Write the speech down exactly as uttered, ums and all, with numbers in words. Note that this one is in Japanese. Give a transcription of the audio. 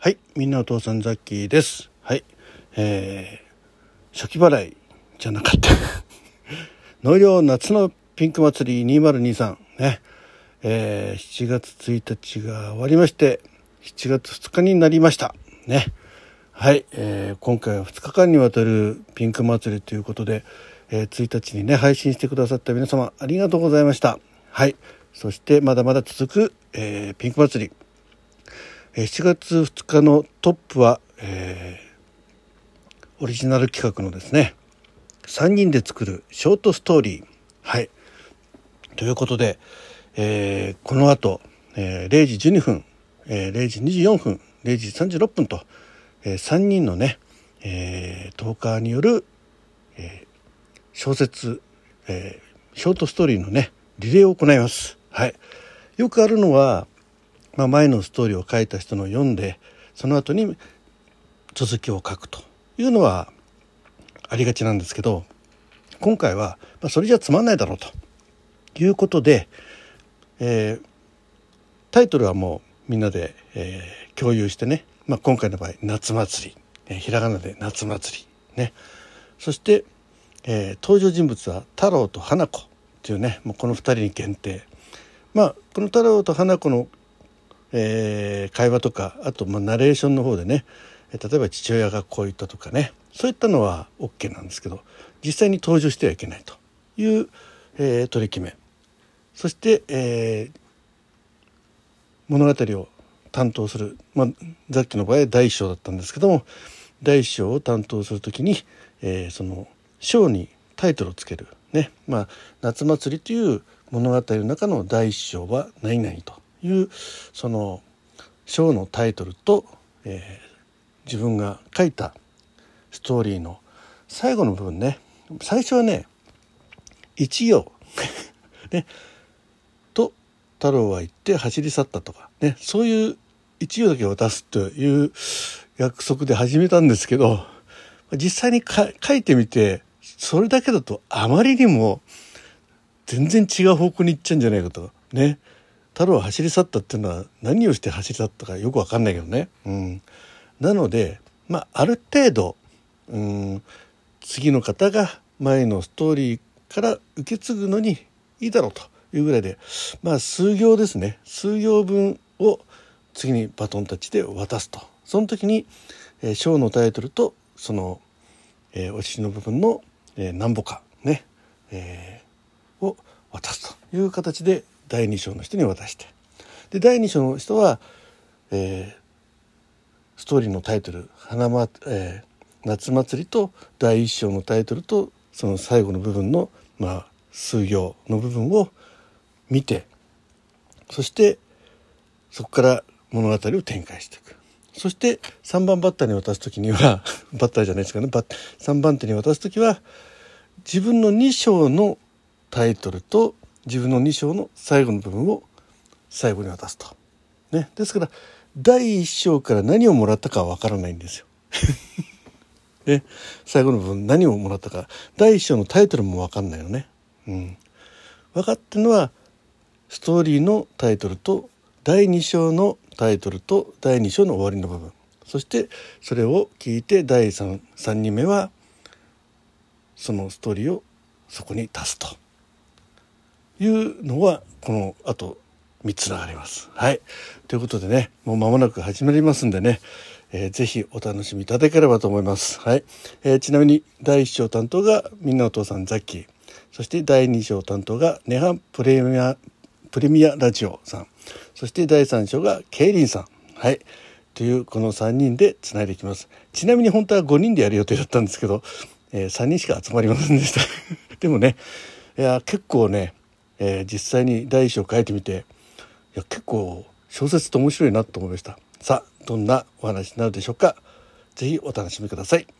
はい、みんなお父さんザッキーです。はい、えー、初期払いじゃなかった納涼夏のピンク祭りにせんにじゅうさんね、えー、しちがつついたちが終わりましてしちがつふつかになりましたね。はい、えー、今回はふつかかんにわたるピンク祭りということで、えー、ついたちにね配信してくださった皆様ありがとうございました。はい、そしてまだまだ続く、えー、ピンク祭り、しちがつふつかのトップは、えー、オリジナル企画のですねさんにんで作るショートストーリー、はいということで、えー、この後、えー、れいじじゅうにふん、えー、れいじにじゅうよんふん、れいじさんじゅうろっぷんと、えー、さんにんのね、えー、トーカーによる、えー、小説、えー、ショートストーリーのねリレーを行います。はい、よくあるのはまあ、前のストーリーを書いた人の読んでその後に続きを書くというのはありがちなんですけど、今回は、まあ、それじゃつまんないだろうということで、えー、タイトルはもうみんなで、えー、共有してね、まあ、今回の場合夏祭り、えー、ひらがなで夏祭りね、そして、えー、登場人物は太郎と花子っていうね、もうこのふたりに限定。まあこの太郎と花子のえー、会話とかあとまあナレーションの方でね、例えば父親がこう言ったとかね、そういったのは OK なんですけど実際に登場してはいけないという、えー、取り決め。そして、えー、物語を担当する、まあ、さっきの場合第一章だったんですけども第一章を担当するときに、えー、その章にタイトルをつけるね、まあ、夏祭りという物語の中の第一章は何々というその章のタイトルと、えー、自分が書いたストーリーの最後の部分ね、最初はね一行ねと太郎は言って走り去ったとかね、そういう一行だけ渡すという約束で始めたんですけど、実際にか書いてみてそれだけだとあまりにも全然違う方向に行っちゃうんじゃないかとね。太郎は走り去ったっていうのは何をして走り去ったかよく分かんないけどね、うん、なので、まあ、ある程度、うん、次の方が前のストーリーから受け継ぐのにいいだろうというぐらいで、まあ、数行ですね、数行分を次にバトンタッチで渡すと、その時に、えー、章のタイトルとその、えー、お尻の部分の、えー、何歩かね、えー、を渡すという形でだいに章の人に渡して、でだいに章の人は、えー、ストーリーのタイトル花、まえー、夏祭りとだいいっ章のタイトルとその最後の部分の、まあ、数行の部分を見て、そしてそこから物語を展開していく。そしてさんばんバッターに渡す時にはバッターじゃないですかね、さんばん手に渡す時は自分のに章のタイトルと自分のに章の最後の部分を最後に渡すと、ね、ですからだいいっ章から何をもらったかは分からないんですよ、ね、最後の部分何をもらったかだいいっ章のタイトルも分かんないのね、うん、分かってるのはストーリーのタイトルとだいに章のタイトルとだいに章の終わりの部分、そしてそれを聞いてだい 3, 3人目はそのストーリーをそこに足すというのはこのあとみっつがあります。はい、ということでね、もう間もなく始まりますんでね、えー、ぜひお楽しみいただければと思います。はい、えー、ちなみにだいいっ章担当がみんなお父さんザッキー、そしてだいに章担当がネハプレミアプレミアラジオさん、そしてだいさん章がケイリンさん、はいというこのさんにんでつないでいきます。ちなみに本当はごにんでやる予定だったんですけど、えー、さんにんしか集まりませんでしたでもね、いや結構ね、えー、実際にだいいっ章書いてみて、いや結構小説って面白いなと思いました。さあどんなお話になるでしょうか。ぜひお楽しみください。